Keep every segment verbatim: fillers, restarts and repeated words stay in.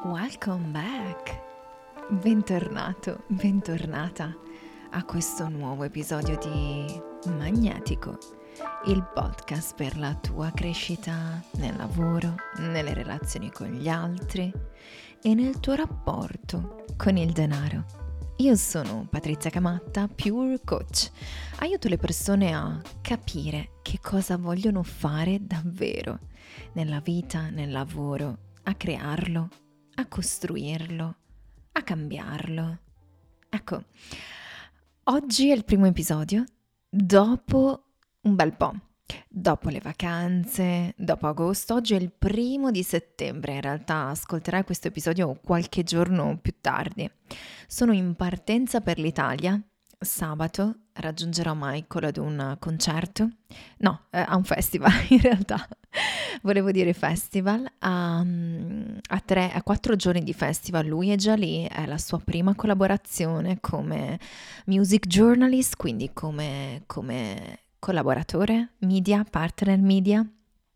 Welcome back! Bentornato, bentornata a questo nuovo episodio di Magnetico, il podcast per la tua crescita nel lavoro, nelle relazioni con gli altri e nel tuo rapporto con il denaro. Io sono Patrizia Camatta, Pure Coach. Aiuto le persone a capire che cosa vogliono fare davvero nella vita, nel lavoro, a crearlo, a costruirlo, a cambiarlo. Ecco, oggi è il primo episodio dopo un bel po'. Dopo le vacanze, dopo agosto, oggi è il primo di settembre, in realtà ascolterai questo episodio qualche giorno più tardi. Sono in partenza per l'Italia, sabato raggiungerò Michael ad un concerto, no, eh, a un festival in realtà, volevo dire festival, a, a, tre, a quattro giorni di festival, lui è già lì, è la sua prima collaborazione come music journalist, quindi come... come collaboratore, media, partner media.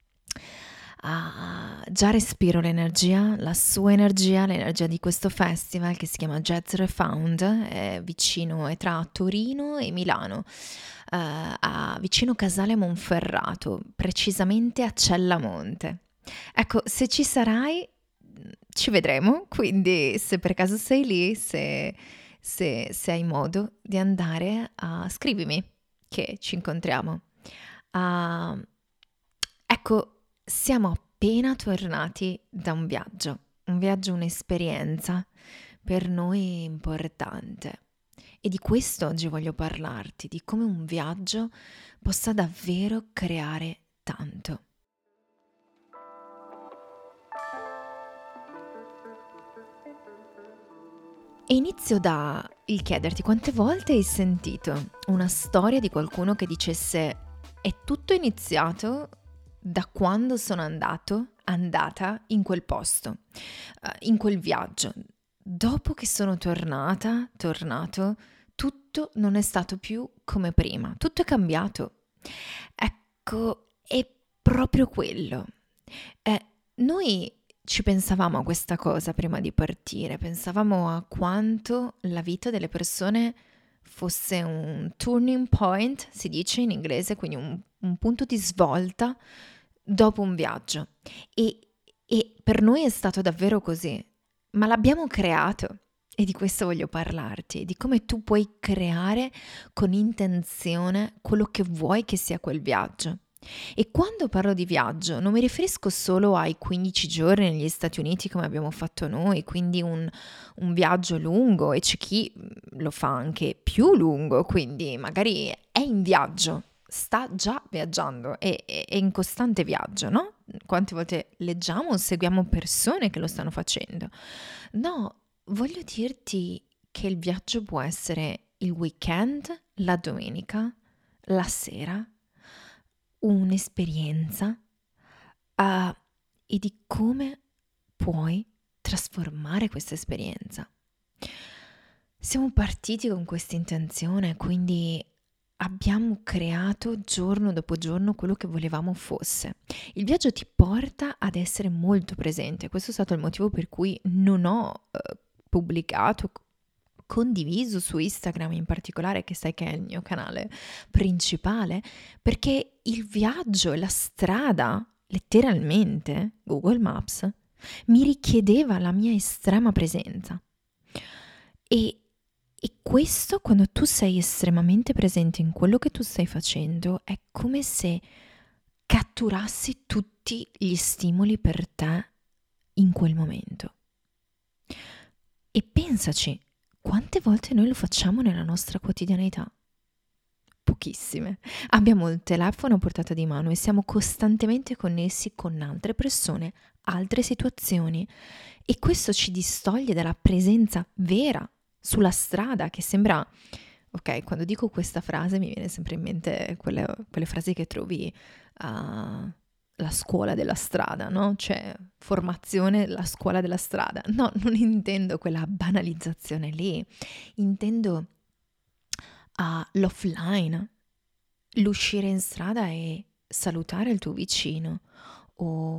Ah, già respiro l'energia, la sua energia, l'energia di questo festival che si chiama Jazz Refound, è vicino, è tra Torino e Milano, uh, a, vicino Casale Monferrato, precisamente a Cellamonte. Ecco, se ci sarai, ci vedremo, quindi se per caso sei lì, se, se, se hai modo di andare, a scrivimi che ci incontriamo. Uh, ecco, siamo appena tornati da un viaggio, un viaggio, un'esperienza per noi importante. E di questo oggi voglio parlarti, di come un viaggio possa davvero creare tanto. E inizio da il chiederti quante volte hai sentito una storia di qualcuno che dicesse: è tutto iniziato da quando sono andato, andata in quel posto, uh, in quel viaggio. Dopo che sono tornata, tornato, tutto non è stato più come prima, tutto è cambiato. Ecco, è proprio quello. Eh, noi ci pensavamo a questa cosa prima di partire, pensavamo a quanto la vita delle persone fosse un turning point, si dice in inglese, quindi un, un punto di svolta dopo un viaggio. E, e per noi è stato davvero così, ma l'abbiamo creato. E di questo voglio parlarti, di come tu puoi creare con intenzione quello che vuoi che sia quel viaggio. E quando parlo di viaggio non mi riferisco solo ai quindici giorni negli Stati Uniti come abbiamo fatto noi, quindi un, un viaggio lungo, e c'è chi lo fa anche più lungo, quindi magari è in viaggio, sta già viaggiando, è, è, è in costante viaggio, no? Quante volte leggiamo o seguiamo persone che lo stanno facendo? No, voglio dirti che il viaggio può essere il weekend, la domenica, la sera, un'esperienza uh, e di come puoi trasformare questa esperienza. Siamo partiti con questa intenzione, quindi abbiamo creato giorno dopo giorno quello che volevamo fosse. Il viaggio ti porta ad essere molto presente. Questo è stato il motivo per cui non ho uh, pubblicato, condiviso su Instagram in particolare, che sai che è il mio canale principale, perché il viaggio e la strada, letteralmente, Google Maps, mi richiedeva la mia estrema presenza. E, e questo, quando tu sei estremamente presente in quello che tu stai facendo, è come se catturassi tutti gli stimoli per te in quel momento. E pensaci, quante volte noi lo facciamo nella nostra quotidianità? Pochissime. Abbiamo il telefono a portata di mano e siamo costantemente connessi con altre persone, altre situazioni, e questo ci distoglie dalla presenza vera sulla strada, che sembra... Ok, quando dico questa frase mi viene sempre in mente quelle, quelle frasi che trovi a... la scuola della strada, no? Cioè, formazione, la scuola della strada. No, non intendo quella banalizzazione lì, intendo uh, l'offline, l'uscire in strada e salutare il tuo vicino, o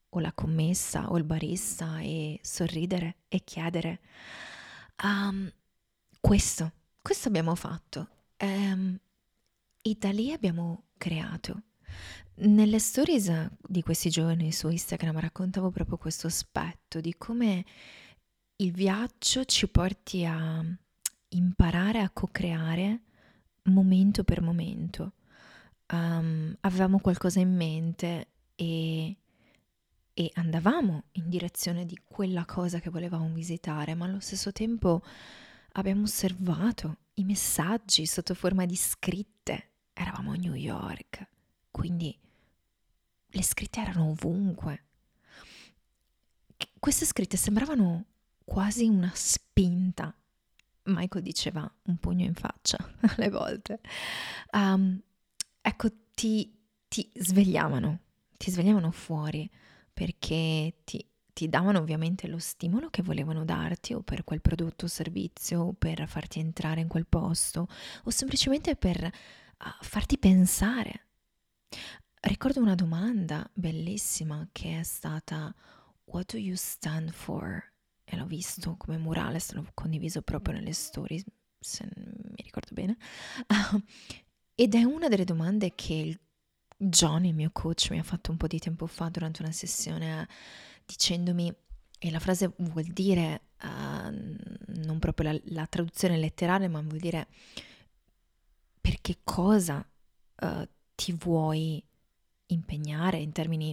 o la commessa o il barista e sorridere e chiedere. Um, questo, questo abbiamo fatto. Ehm, e da lì abbiamo creato. Nelle stories di questi giorni su Instagram raccontavo proprio questo aspetto di come il viaggio ci porti a imparare a co-creare momento per momento. Um, avevamo qualcosa in mente e, e andavamo in direzione di quella cosa che volevamo visitare, ma allo stesso tempo abbiamo osservato i messaggi sotto forma di scritte. Eravamo a New York, quindi le scritte erano ovunque. Queste scritte sembravano quasi una spinta. Michael diceva un pugno in faccia alle volte. Um, ecco, ti, ti svegliavano, ti svegliavano fuori perché ti, ti davano ovviamente lo stimolo che volevano darti o per quel prodotto o servizio o per farti entrare in quel posto o semplicemente per uh, farti pensare. Ricordo una domanda bellissima che è stata "What do you stand for?" e l'ho visto come murale, è stato condiviso proprio nelle stories, se mi ricordo bene. Uh, ed è una delle domande che il John, il mio coach, mi ha fatto un po' di tempo fa durante una sessione dicendomi, e la frase vuol dire, uh, non proprio la, la traduzione letterale, ma vuol dire per che cosa uh, ti vuoi impegnare in termini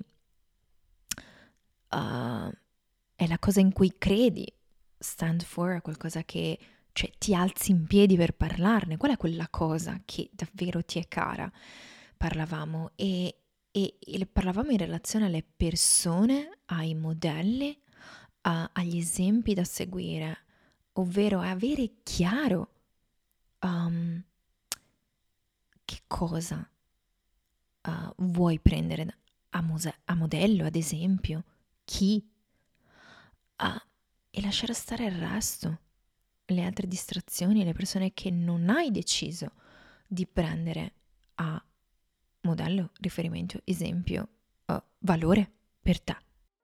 uh, è la cosa in cui credi, stand for è qualcosa che, cioè, ti alzi in piedi per parlarne, qual è quella cosa che davvero ti è cara? Parlavamo e, e, e parlavamo in relazione alle persone, ai modelli, a, agli esempi da seguire, ovvero avere chiaro um, che cosa uh, vuoi prendere a, muse- a modello, ad esempio, chi, uh, e lasciare stare il resto, le altre distrazioni, le persone che non hai deciso di prendere a modello, riferimento, esempio, uh, valore per te.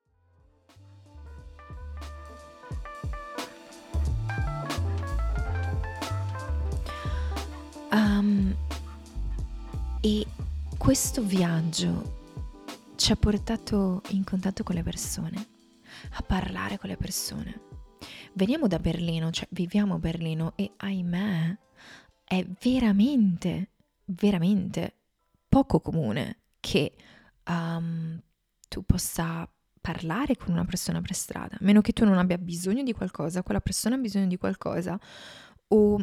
Um, e questo viaggio ci ha portato in contatto con le persone, a parlare con le persone. Veniamo da Berlino, cioè viviamo a Berlino e ahimè è veramente, veramente poco comune che um, tu possa parlare con una persona per strada, a meno che tu non abbia bisogno di qualcosa, quella persona ha bisogno di qualcosa o,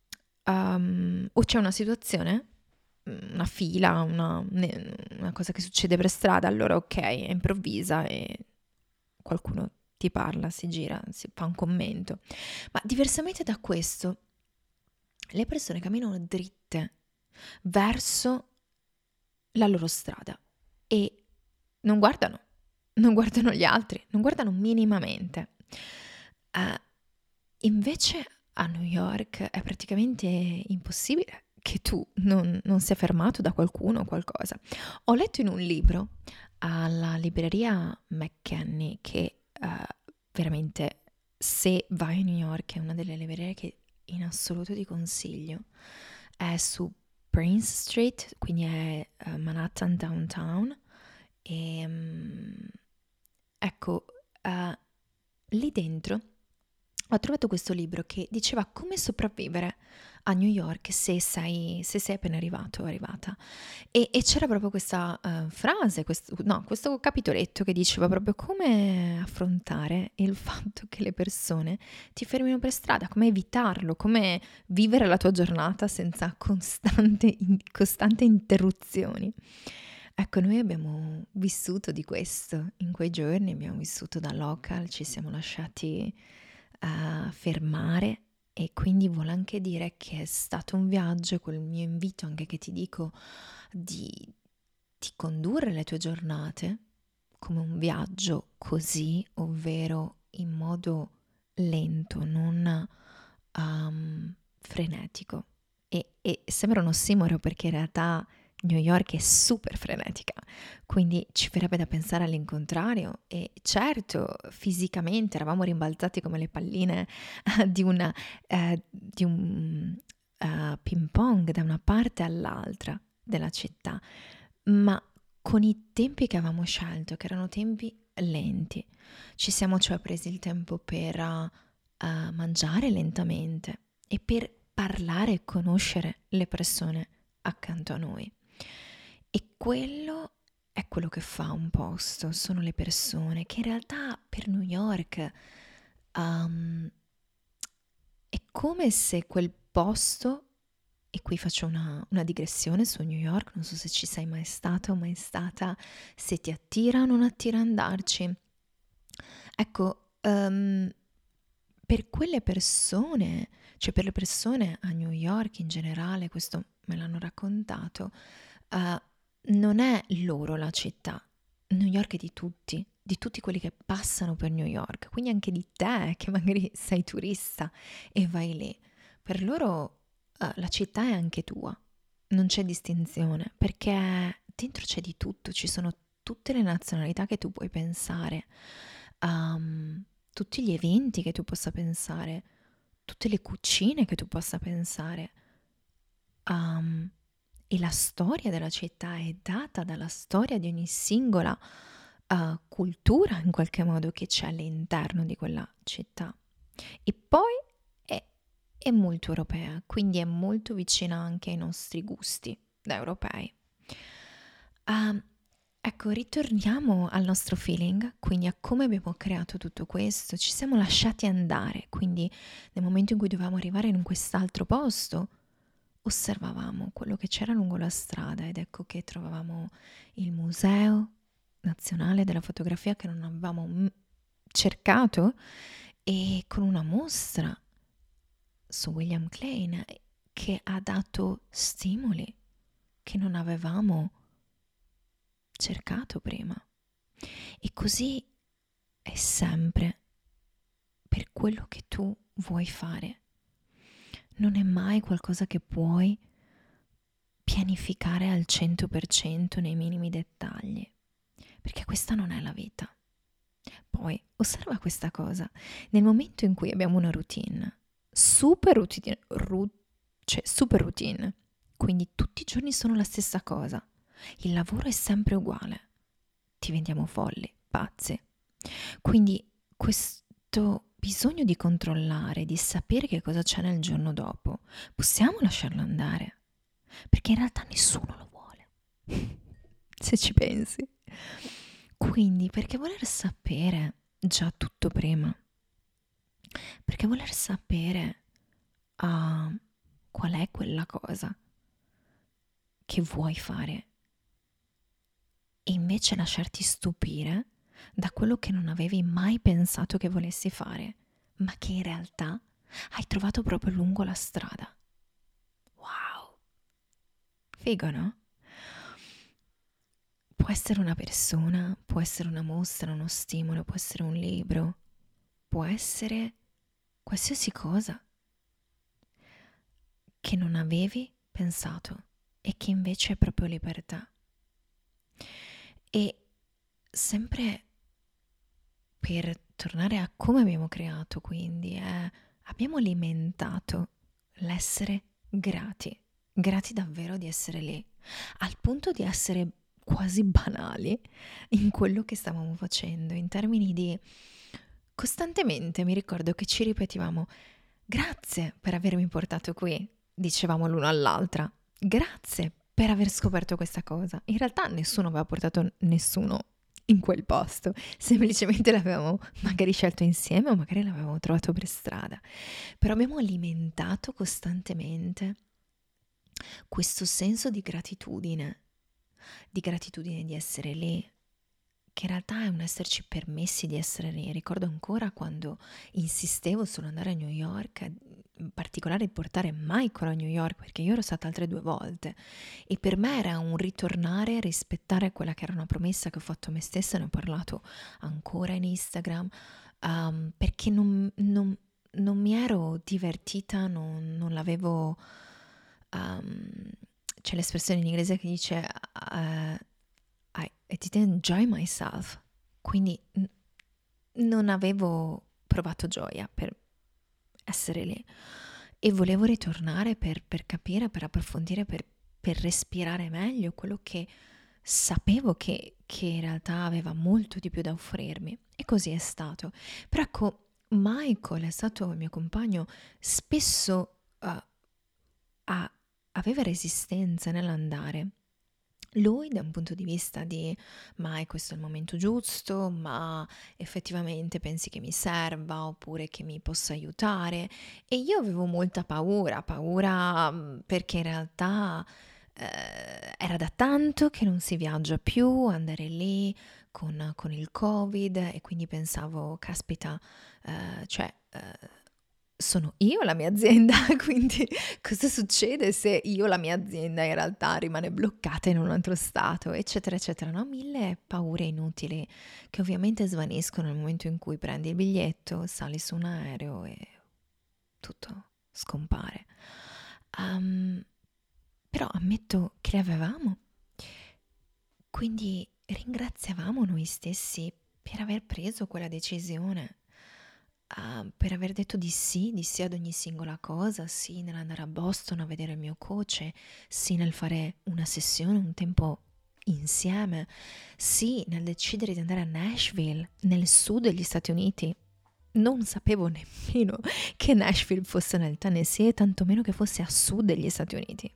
um, o c'è una situazione, una fila, una, una cosa che succede per strada, allora ok, è improvvisa e qualcuno ti parla, si gira, si fa un commento. Ma diversamente da questo, le persone camminano dritte verso la loro strada e non guardano, non guardano gli altri, non guardano minimamente. Uh, invece a New York è praticamente impossibile che tu non, non sia fermato da qualcuno o qualcosa. Ho letto in un libro alla libreria McKenney che uh, veramente, se vai a New York, è una delle librerie che in assoluto ti consiglio. È su Prince Street, quindi è uh, Manhattan Downtown. E um, ecco, uh, lì dentro ho trovato questo libro che diceva come sopravvivere a New York se sei, se sei appena arrivato o arrivata. E, e c'era proprio questa uh, frase, questo, no, questo capitoletto che diceva proprio come affrontare il fatto che le persone ti fermino per strada, come evitarlo, come vivere la tua giornata senza costante, in, costante interruzioni. Ecco, noi abbiamo vissuto di questo in quei giorni, abbiamo vissuto da local, ci siamo lasciati uh, fermare e quindi vuole anche dire che è stato un viaggio, quel mio invito anche che ti dico di, di condurre le tue giornate come un viaggio così, ovvero in modo lento, non um, frenetico. E, e sembra un ossimoro perché in realtà New York è super frenetica, quindi ci verrebbe da pensare all'incontrario e certo, fisicamente eravamo rimbalzati come le palline di una, eh, di un eh, ping pong da una parte all'altra della città, ma con i tempi che avevamo scelto, che erano tempi lenti, ci siamo cioè presi il tempo per uh, uh, mangiare lentamente e per parlare e conoscere le persone accanto a noi. E quello è quello che fa un posto, sono le persone che in realtà per New York um, è come se quel posto, e qui faccio una, una digressione su New York, non so se ci sei mai stata o mai stata, se ti attira o non attira andarci. Ecco, um, per quelle persone, cioè per le persone a New York in generale, questo me l'hanno raccontato, uh, non è loro la città. New York è di tutti, di tutti quelli che passano per New York, quindi anche di te che magari sei turista e vai lì. Per loro uh, la città è anche tua, non c'è distinzione, perché dentro c'è di tutto, ci sono tutte le nazionalità che tu puoi pensare, um, tutti gli eventi che tu possa pensare, tutte le cucine che tu possa pensare. Um, e la storia della città è data dalla storia di ogni singola uh, cultura in qualche modo che c'è all'interno di quella città. E poi è, è molto europea, quindi è molto vicina anche ai nostri gusti da europei. Um, ecco, ritorniamo al nostro feeling, quindi a come abbiamo creato tutto questo. Ci siamo lasciati andare, quindi nel momento in cui dovevamo arrivare in quest'altro posto, osservavamo quello che c'era lungo la strada ed ecco che trovavamo il Museo Nazionale della Fotografia che non avevamo m- cercato e con una mostra su William Klein che ha dato stimoli che non avevamo cercato prima. E così è sempre per quello che tu vuoi fare. Non è mai qualcosa che puoi pianificare al cento per cento nei minimi dettagli, perché questa non è la vita. Poi osserva questa cosa, nel momento in cui abbiamo una routine, super routine, ru- cioè super routine, quindi tutti i giorni sono la stessa cosa, il lavoro è sempre uguale, diventiamo folli, pazzi. Quindi questo bisogno di controllare, di sapere che cosa c'è nel giorno dopo, possiamo lasciarlo andare, perché in realtà nessuno lo vuole, se ci pensi. Quindi perché voler sapere già tutto prima? Perché voler sapere uh, qual è quella cosa che vuoi fare e invece lasciarti stupire da quello che non avevi mai pensato che volessi fare, ma che in realtà hai trovato proprio lungo la strada. Wow! Figo, no? Può essere una persona, può essere una mostra, uno stimolo, può essere un libro, può essere qualsiasi cosa che non avevi pensato e che invece è proprio libertà. E sempre per tornare a come abbiamo creato, quindi eh, abbiamo alimentato l'essere grati, grati davvero di essere lì, al punto di essere quasi banali in quello che stavamo facendo, in termini di costantemente mi ricordo che ci ripetevamo grazie per avermi portato qui, dicevamo l'uno all'altra, grazie per aver scoperto questa cosa. In realtà nessuno aveva portato nessuno in quel posto, semplicemente l'avevamo magari scelto insieme o magari l'avevamo trovato per strada, però abbiamo alimentato costantemente questo senso di gratitudine, di gratitudine di essere lì, che in realtà è un esserci permessi di essere lì. Ricordo ancora quando insistevo sull'andare a New York, in particolare di portare Michael a New York, perché io ero stata altre due volte e per me era un ritornare, rispettare quella che era una promessa che ho fatto a me stessa, ne ho parlato ancora in Instagram, um, perché non, non, non mi ero divertita, non, non l'avevo... Um, c'è l'espressione in inglese che dice uh, I, I didn't enjoy myself, quindi n- non avevo provato gioia per essere lì e volevo ritornare per, per capire, per approfondire, per, per respirare meglio quello che sapevo che, che in realtà aveva molto di più da offrirmi, e così è stato. Però ecco, Michael è stato il mio compagno, spesso uh, ha- aveva resistenza nell'andare. Lui da un punto di vista di ma è questo il momento giusto, ma effettivamente pensi che mi serva oppure che mi possa aiutare, e io avevo molta paura, paura mm, perché in realtà eh, era da tanto che non si viaggia più, andare lì con, con il Covid, e quindi pensavo, caspita, eh, cioè eh, sono io la mia azienda, quindi cosa succede se io la mia azienda in realtà rimane bloccata in un altro stato, eccetera, eccetera, no? Mille paure inutili che ovviamente svaniscono nel momento in cui prendi il biglietto, sali su un aereo e tutto scompare. Um, Però ammetto che le avevamo, quindi ringraziavamo noi stessi per aver preso quella decisione, ah, per aver detto di sì, di sì ad ogni singola cosa, sì nell'andare a Boston a vedere il mio coach, sì nel fare una sessione, un tempo insieme, sì nel decidere di andare a Nashville, nel sud degli Stati Uniti. Non sapevo nemmeno che Nashville fosse nel Tennessee e tantomeno che fosse a sud degli Stati Uniti.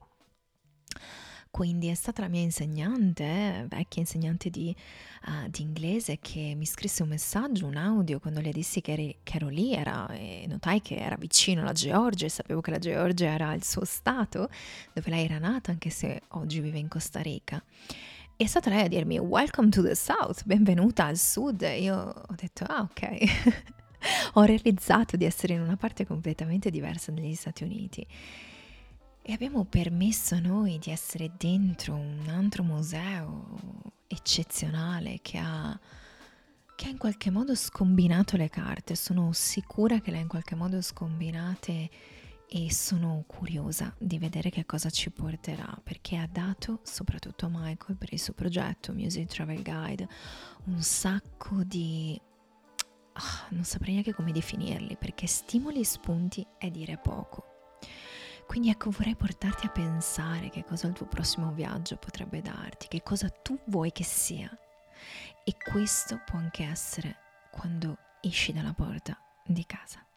Quindi è stata la mia insegnante, eh, vecchia insegnante di, uh, di inglese, che mi scrisse un messaggio, un audio, quando le dissi che, eri, che ero lì, era, e notai che era vicino alla Georgia, e sapevo che la Georgia era il suo stato, dove lei era nata, anche se oggi vive in Costa Rica. È stata lei a dirmi "Welcome to the South", benvenuta al sud. E io ho detto "Ah, ok". Ho realizzato di essere in una parte completamente diversa degli Stati Uniti. E abbiamo permesso a noi di essere dentro un altro museo eccezionale che ha, che ha in qualche modo scombinato le carte. Sono sicura che le ha in qualche modo scombinate e sono curiosa di vedere che cosa ci porterà, perché ha dato, soprattutto a Michael per il suo progetto Music Travel Guide, un sacco di... ah, non saprei neanche come definirli, perché stimoli e spunti è dire poco. Quindi ecco, vorrei portarti a pensare che cosa il tuo prossimo viaggio potrebbe darti, che cosa tu vuoi che sia. E questo può anche essere quando esci dalla porta di casa.